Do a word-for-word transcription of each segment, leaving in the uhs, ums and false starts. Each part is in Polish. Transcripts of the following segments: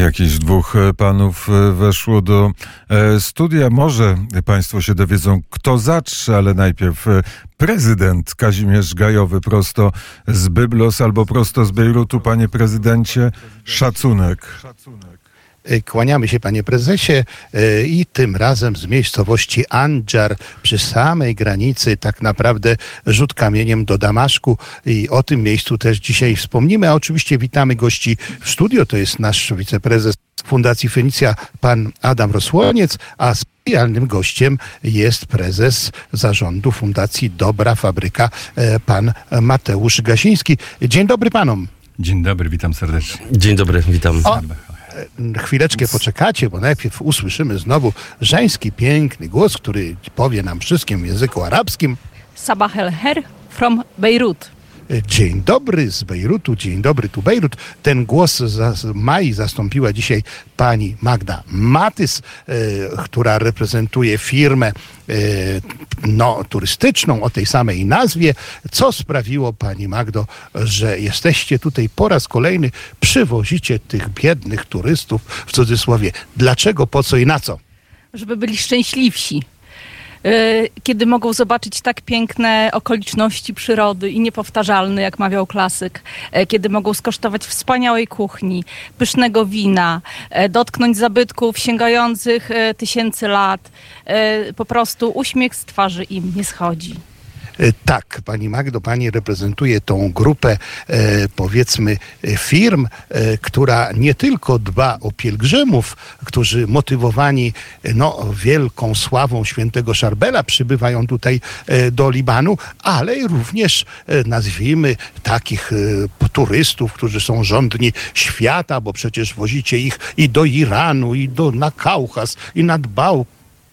Jakieś dwóch panów weszło do studia. Może państwo się dowiedzą, kto zatrze, ale najpierw prezydent Kazimierz Gajowy prosto z Byblos albo prosto z Bejrutu. Panie prezydencie, szacunek. Kłaniamy się, panie prezesie, i tym razem z miejscowości Andżar przy samej granicy, tak naprawdę rzut kamieniem do Damaszku, i o tym miejscu też dzisiaj wspomnimy, a oczywiście witamy gości w studio. To jest nasz wiceprezes Fundacji Fenicja, pan Adam Rosłoniec, a specjalnym gościem jest prezes zarządu Fundacji Dobra Fabryka, pan Mateusz Gasiński. Dzień dobry panom. Dzień dobry, witam serdecznie. Dzień dobry, witam. O, chwileczkę poczekacie, bo najpierw usłyszymy znowu żeński, piękny głos, który powie nam wszystkim w języku arabskim. Sabah el Her from Beirut. Dzień dobry z Bejrutu, dzień dobry tu Bejrut. Ten głos z Mai zastąpiła dzisiaj pani Magda Matys, e, która reprezentuje firmę e, no, turystyczną o tej samej nazwie. Co sprawiło, pani Magdo, że jesteście tutaj po raz kolejny, przywozicie tych biednych turystów, w cudzysłowie. Dlaczego, po co i na co? Żeby byli szczęśliwsi. Kiedy mogą zobaczyć tak piękne okoliczności przyrody i niepowtarzalne, jak mawiał klasyk, kiedy mogą skosztować wspaniałej kuchni, pysznego wina, dotknąć zabytków sięgających tysięcy lat, po prostu uśmiech z twarzy im nie schodzi. Tak, pani Magdo, pani reprezentuje tą grupę, e, powiedzmy, firm, e, która nie tylko dba o pielgrzymów, którzy motywowani no, wielką sławą świętego Szarbela przybywają tutaj e, do Libanu, ale również, e, nazwijmy, takich e, turystów, którzy są żądni świata, bo przecież wozicie ich i do Iranu, i do, na Kaukas, i nad Bałkan,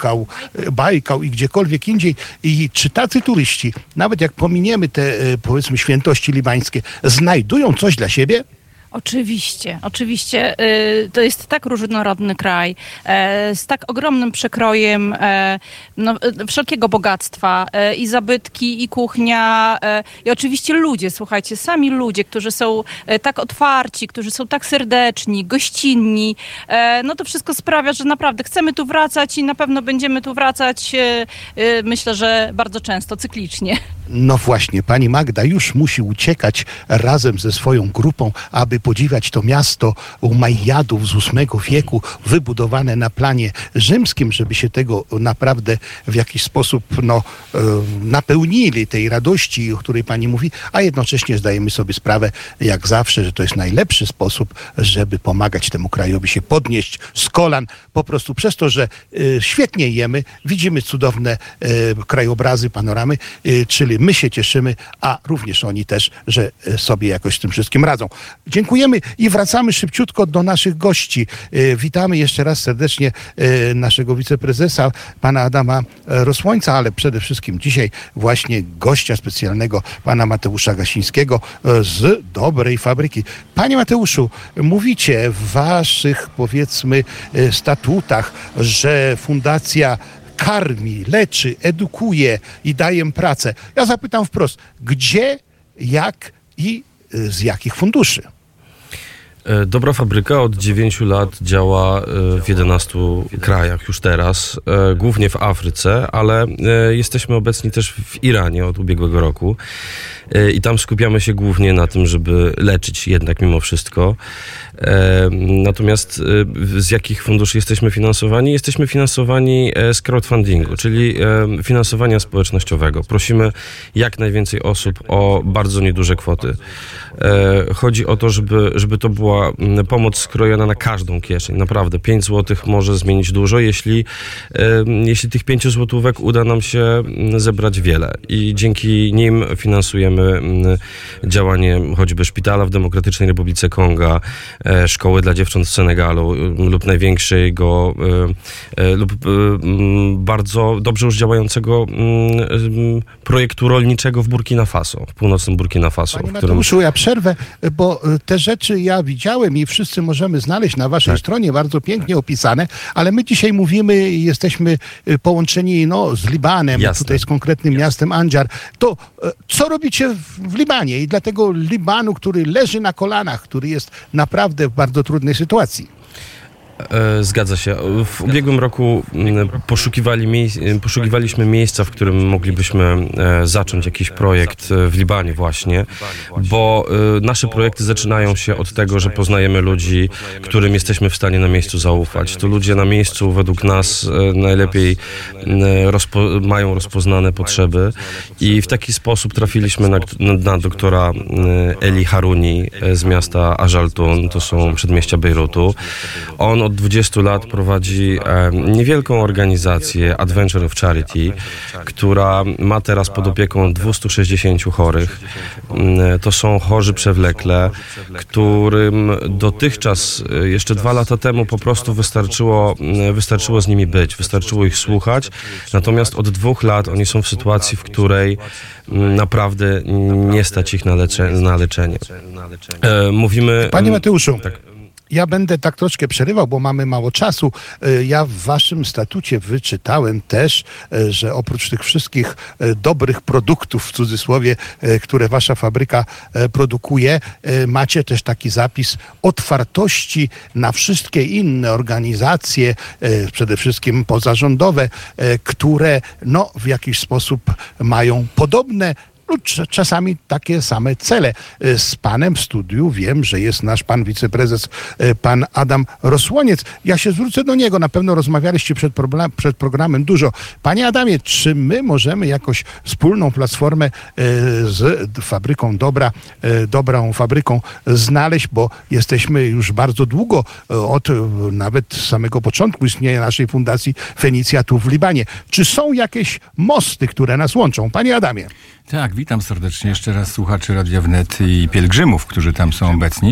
Bajkał i gdziekolwiek indziej. I czy tacy turyści, nawet jak pominiemy te, powiedzmy, świętości libańskie, znajdują coś dla siebie? Oczywiście, oczywiście. To jest tak różnorodny kraj, z tak ogromnym przekrojem no, wszelkiego bogactwa, i zabytki, i kuchnia, i oczywiście ludzie, słuchajcie, sami ludzie, którzy są tak otwarci, którzy są tak serdeczni, gościnni. No to wszystko sprawia, że naprawdę chcemy tu wracać i na pewno będziemy tu wracać, myślę, że bardzo często, cyklicznie. No właśnie, pani Magda już musi uciekać razem ze swoją grupą, aby podziwiać to miasto Umayyadów z ósmego wieku, wybudowane na planie rzymskim, żeby się tego naprawdę w jakiś sposób no, napełnili, tej radości, o której pani mówi, a jednocześnie zdajemy sobie sprawę, jak zawsze, że to jest najlepszy sposób, żeby pomagać temu krajowi się podnieść z kolan, po prostu przez to, że świetnie jemy, widzimy cudowne krajobrazy, panoramy, czyli my się cieszymy, a również oni też, że sobie jakoś z tym wszystkim radzą. Dziękujemy i wracamy szybciutko do naszych gości. Witamy jeszcze raz serdecznie naszego wiceprezesa, pana Adama Rosłońca, ale przede wszystkim dzisiaj właśnie gościa specjalnego, pana Mateusza Gasińskiego z Dobrej Fabryki. Panie Mateuszu, mówicie w waszych, powiedzmy, statutach, że fundacja karmi, leczy, edukuje i daje pracę. Ja zapytam wprost, gdzie, jak i z jakich funduszy? Dobra Fabryka od dziewięciu lat działa w jedenastu krajach już teraz, głównie w Afryce, ale jesteśmy obecni też w Iranie od ubiegłego roku i tam skupiamy się głównie na tym, żeby leczyć jednak mimo wszystko. Natomiast z jakich funduszy jesteśmy finansowani? Jesteśmy finansowani z crowdfundingu, czyli finansowania społecznościowego. Prosimy jak najwięcej osób o bardzo nieduże kwoty. Chodzi o to, żeby, żeby to była pomoc skrojona na każdą kieszeń. Naprawdę, pięć złotych może zmienić dużo, jeśli, jeśli tych pięciu złotówek uda nam się zebrać wiele. I dzięki nim finansujemy działanie choćby szpitala w Demokratycznej Republice Konga, szkoły dla dziewcząt z Senegalu lub największego lub bardzo dobrze już działającego projektu rolniczego w Burkina Faso, w północnym Burkina Faso. Panie w którym... Mateuszu, ja przerwę, bo te rzeczy ja widziałem i wszyscy możemy znaleźć na waszej Tak. stronie, bardzo pięknie opisane, ale my dzisiaj mówimy i jesteśmy połączeni no, z Libanem, Jasne. tutaj z konkretnym miastem Andżar. To co robicie w Libanie i dla tego Libanu, który leży na kolanach, który jest naprawdę w bardzo trudnej sytuacji? E, Zgadza się. W ubiegłym roku m, poszukiwali mie- poszukiwaliśmy miejsca, w którym moglibyśmy e, zacząć jakiś projekt e, w Libanie właśnie, bo e, nasze projekty zaczynają się od tego, że poznajemy ludzi, którym jesteśmy w stanie na miejscu zaufać. To ludzie na miejscu według nas e, najlepiej e, rozpo- mają rozpoznane potrzeby i w taki sposób trafiliśmy na, na, na doktora e, Eli Haruni e, z miasta Ajaltun, to są przedmieścia Bejrutu. On od dwudziestu lat prowadzi e, niewielką organizację Adventure of Charity, która ma teraz pod opieką dwieście sześćdziesiąt chorych. E, to są chorzy przewlekle, którym dotychczas, e, jeszcze dwa lata temu po prostu wystarczyło, e, wystarczyło z nimi być, wystarczyło ich słuchać. Natomiast od dwóch lat oni są w sytuacji, w której m, naprawdę nie stać ich na, lecze, na leczenie. E, mówimy... Panie Mateuszu, tak. ja będę tak troszkę przerywał, bo mamy mało czasu. Y, Ja w waszym statucie wyczytałem też, y, że oprócz tych wszystkich y, dobrych produktów, w cudzysłowie, y, które wasza fabryka y, produkuje, y, macie też taki zapis otwartości na wszystkie inne organizacje, y, przede wszystkim pozarządowe, y, które no, w jakiś sposób mają podobne lub czasami takie same cele. Z panem w studiu wiem, że jest nasz pan wiceprezes, pan Adam Rosłoniec. Ja się zwrócę do niego. Na pewno rozmawialiście przed, problem, przed programem dużo. Panie Adamie, czy my możemy jakoś wspólną platformę z Fabryką Dobra, Dobrą Fabryką znaleźć, bo jesteśmy już bardzo długo, od nawet samego początku istnienia naszej fundacji Fenicja tu w Libanie. Czy są jakieś mosty, które nas łączą? Panie Adamie. Tak, witam serdecznie jeszcze raz słuchaczy Radia Wnet i pielgrzymów, którzy tam są obecni.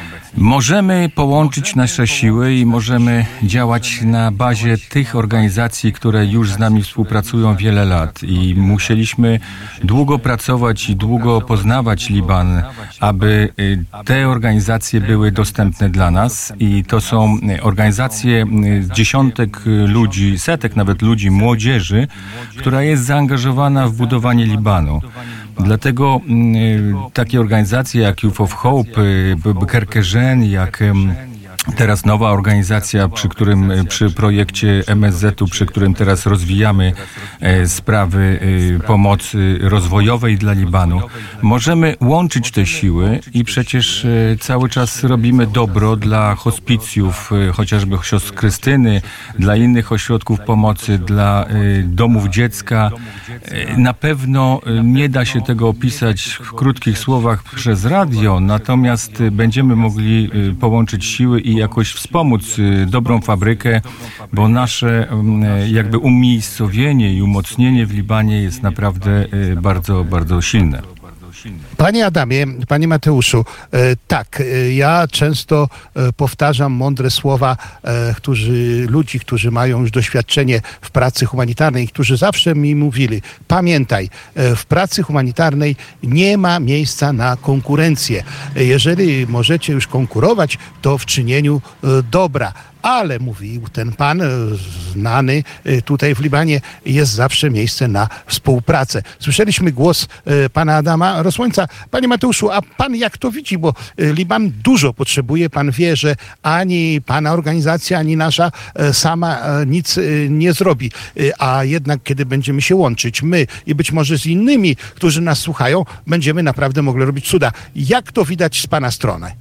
Możemy połączyć nasze siły i możemy działać na bazie tych organizacji, które już z nami współpracują wiele lat i musieliśmy długo pracować i długo poznawać Liban, aby te organizacje były dostępne dla nas i to są organizacje dziesiątek ludzi, setek nawet ludzi, młodzieży, która jest zaangażowana w budowanie Libanu. Dlatego y, takie organizacje jak Youth of Hope, y, Kerkeżen, jak y, teraz nowa organizacja, przy którym, przy projekcie M S Z-u, przy którym teraz rozwijamy e, sprawy e, pomocy rozwojowej dla Libanu. Możemy łączyć te siły i przecież e, cały czas robimy dobro dla hospicjów, e, chociażby siostr Krystyny, dla innych ośrodków pomocy, dla e, domów dziecka. E, na pewno e, nie da się tego opisać w krótkich słowach przez radio, natomiast e, będziemy mogli e, połączyć siły i jakoś wspomóc y, dobrą fabrykę, bo nasze y, jakby umiejscowienie i umocnienie w Libanie jest naprawdę y, bardzo, bardzo silne. Panie Adamie, panie Mateuszu, e, tak, e, ja często e, powtarzam mądre słowa e, którzy, ludzi, którzy mają już doświadczenie w pracy humanitarnej, którzy zawsze mi mówili, pamiętaj, e, w pracy humanitarnej nie ma miejsca na konkurencję. E, jeżeli możecie już konkurować, to w czynieniu e, dobra. Ale, mówił ten pan znany tutaj w Libanie, jest zawsze miejsce na współpracę. Słyszeliśmy głos pana Adama Rosłońca. Panie Mateuszu, a pan jak to widzi? Bo Liban dużo potrzebuje. Pan wie, że ani pana organizacja, ani nasza sama nic nie zrobi. A jednak, kiedy będziemy się łączyć, my i być może z innymi, którzy nas słuchają, będziemy naprawdę mogli robić cuda. Jak to widać z pana strony?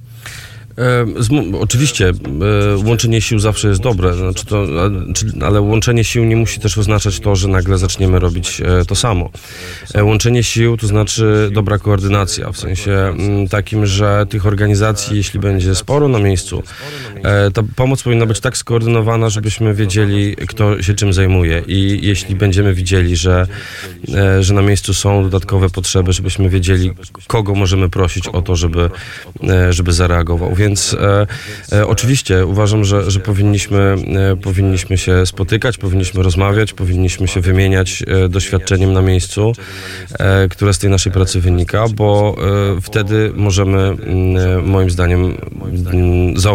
Z, oczywiście e, łączenie sił zawsze jest dobre, znaczy to, a, czy, ale łączenie sił nie musi też oznaczać to, że nagle zaczniemy robić e, to samo. E, łączenie sił to znaczy dobra koordynacja, w sensie m, takim, że tych organizacji, jeśli będzie sporo na miejscu, e, ta pomoc powinna być tak skoordynowana, żebyśmy wiedzieli, kto się czym zajmuje i jeśli będziemy widzieli, że, e, że na miejscu są dodatkowe potrzeby, żebyśmy wiedzieli, kogo możemy prosić o to, żeby, e, żeby zareagował. Więc e, e, oczywiście uważam, że, że powinniśmy, e, powinniśmy się spotykać, powinniśmy rozmawiać, powinniśmy się wymieniać e, doświadczeniem na miejscu, e, które z tej naszej pracy wynika, bo e, wtedy możemy e, moim zdaniem e,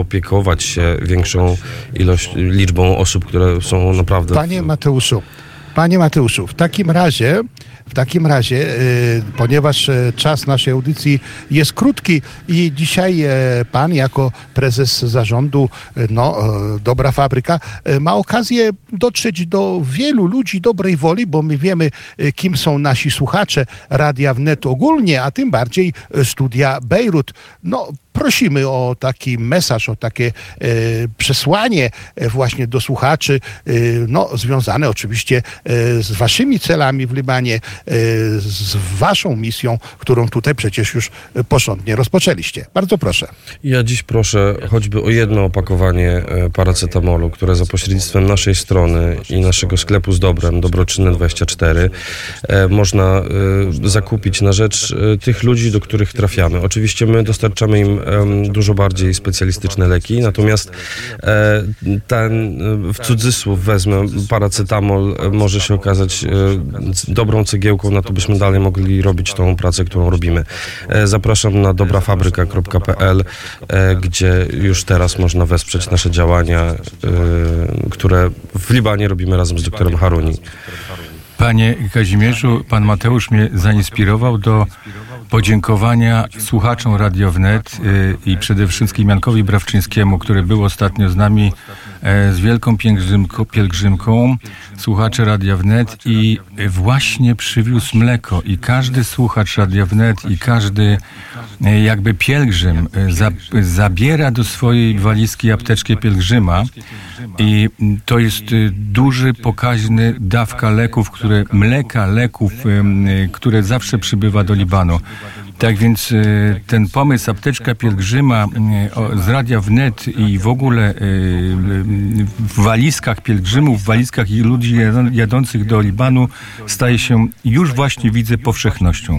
zaopiekować się większą ilość, liczbą osób, które są naprawdę... Panie Mateuszu, Panie Mateuszu, w takim razie, w takim razie, y, ponieważ y, czas naszej audycji jest krótki i dzisiaj y, pan jako prezes zarządu y, no, y, Dobra Fabryka y, ma okazję dotrzeć do wielu ludzi dobrej woli, bo my wiemy, y, kim są nasi słuchacze Radia Wnet ogólnie, a tym bardziej y, Studia Bejrut. No, prosimy o taki mesaż, o takie e, przesłanie e, właśnie do słuchaczy, e, no, związane oczywiście e, z waszymi celami w Libanie, e, z waszą misją, którą tutaj przecież już e, porządnie rozpoczęliście. Bardzo proszę. Ja dziś proszę choćby o jedno opakowanie e, paracetamolu, które za pośrednictwem naszej strony i naszego sklepu z dobrem, Dobroczynne dwadzieścia cztery, e, można e, zakupić na rzecz e, tych ludzi, do których trafiamy. Oczywiście my dostarczamy im dużo bardziej specjalistyczne leki, natomiast ten, w cudzysłów wezmę, paracetamol może się okazać dobrą cegiełką na to, byśmy dalej mogli robić tą pracę, którą robimy. Zapraszam na dobrafabryka kropka pe el, gdzie już teraz można wesprzeć nasze działania, które w Libanie robimy razem z doktorem Haruni. Panie Kazimierzu, pan Mateusz mnie zainspirował do podziękowania słuchaczom Radio Wnet yy, i przede wszystkim Jankowi Brawczyńskiemu, który był ostatnio z nami e, z wielką pielgrzymko, pielgrzymką, słuchacze Radia Wnet i właśnie przywiózł mleko i każdy słuchacz Radia Wnet i każdy e, jakby pielgrzym e, za, zabiera do swojej walizki apteczkę pielgrzyma i to jest e, duży, pokaźny dawka leków, które, mleka, leków, e, które zawsze przybywa do Libanu. Tak więc ten pomysł Apteczka Pielgrzyma z Radia Wnet i w ogóle w walizkach pielgrzymów, w walizkach i ludzi jadących do Libanu staje się, już właśnie widzę, powszechnością.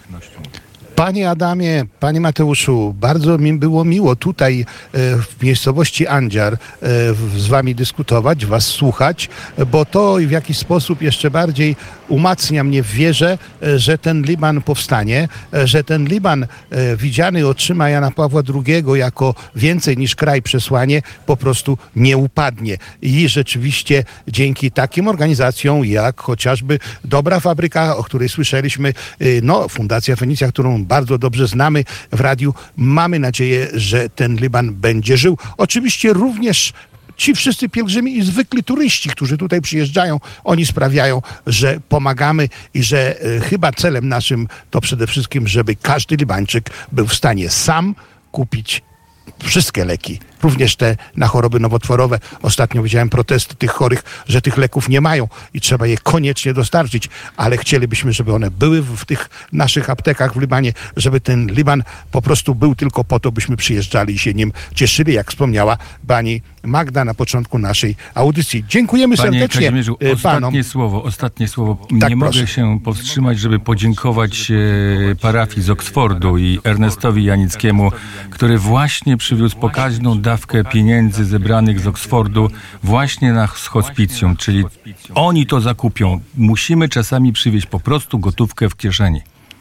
Panie Adamie, panie Mateuszu, bardzo mi było miło tutaj e, w miejscowości Andziar e, z wami dyskutować, was słuchać, bo to w jakiś sposób jeszcze bardziej umacnia mnie w wierze, e, że ten Liban powstanie, e, że ten Liban e, widziany oczyma Jana Pawła drugiego jako więcej niż kraj przesłanie, po prostu nie upadnie. I rzeczywiście dzięki takim organizacjom jak chociażby Dobra Fabryka, o której słyszeliśmy, e, no Fundacja Fenicja, którą bardzo dobrze znamy w radiu. Mamy nadzieję, że ten Liban będzie żył. Oczywiście również ci wszyscy pielgrzymi i zwykli turyści, którzy tutaj przyjeżdżają, oni sprawiają, że pomagamy i że e, chyba celem naszym to przede wszystkim, żeby każdy Libańczyk był w stanie sam kupić wszystkie leki, również te na choroby nowotworowe. Ostatnio widziałem protesty tych chorych, że tych leków nie mają i trzeba je koniecznie dostarczyć, ale chcielibyśmy, żeby one były w, w tych naszych aptekach w Libanie, żeby ten Liban po prostu był tylko po to, byśmy przyjeżdżali i się nim cieszyli, jak wspomniała pani Magda na początku naszej audycji. Dziękujemy Panie serdecznie Kazimierzu, panom. ostatnie słowo, ostatnie słowo. Tak, nie proszę. mogę się powstrzymać, żeby podziękować e, parafii z Oksfordu i Ernestowi Janickiemu, który właśnie przywiózł pokaźną dawkę pieniędzy zebranych z Oksfordu właśnie na hospicjum, czyli oni to zakupią. Musimy czasami przywieźć po prostu gotówkę w kieszeni.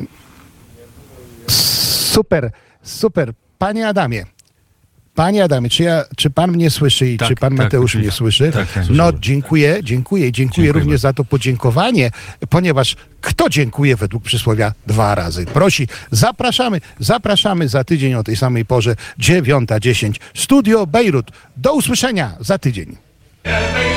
Super, super. Panie Adamie, Panie Adamie, czy, ja, czy pan mnie słyszy i Tak, czy pan tak, Mateusz oczywiście. mnie słyszy? Tak, tak. No dziękuję, dziękuję, dziękuję również bardzo. za to podziękowanie, ponieważ kto dziękuję według przysłowia dwa razy prosi. Zapraszamy, zapraszamy za tydzień o tej samej porze, dziewiąta dziesięć. Studio Bejrut. Do usłyszenia za tydzień.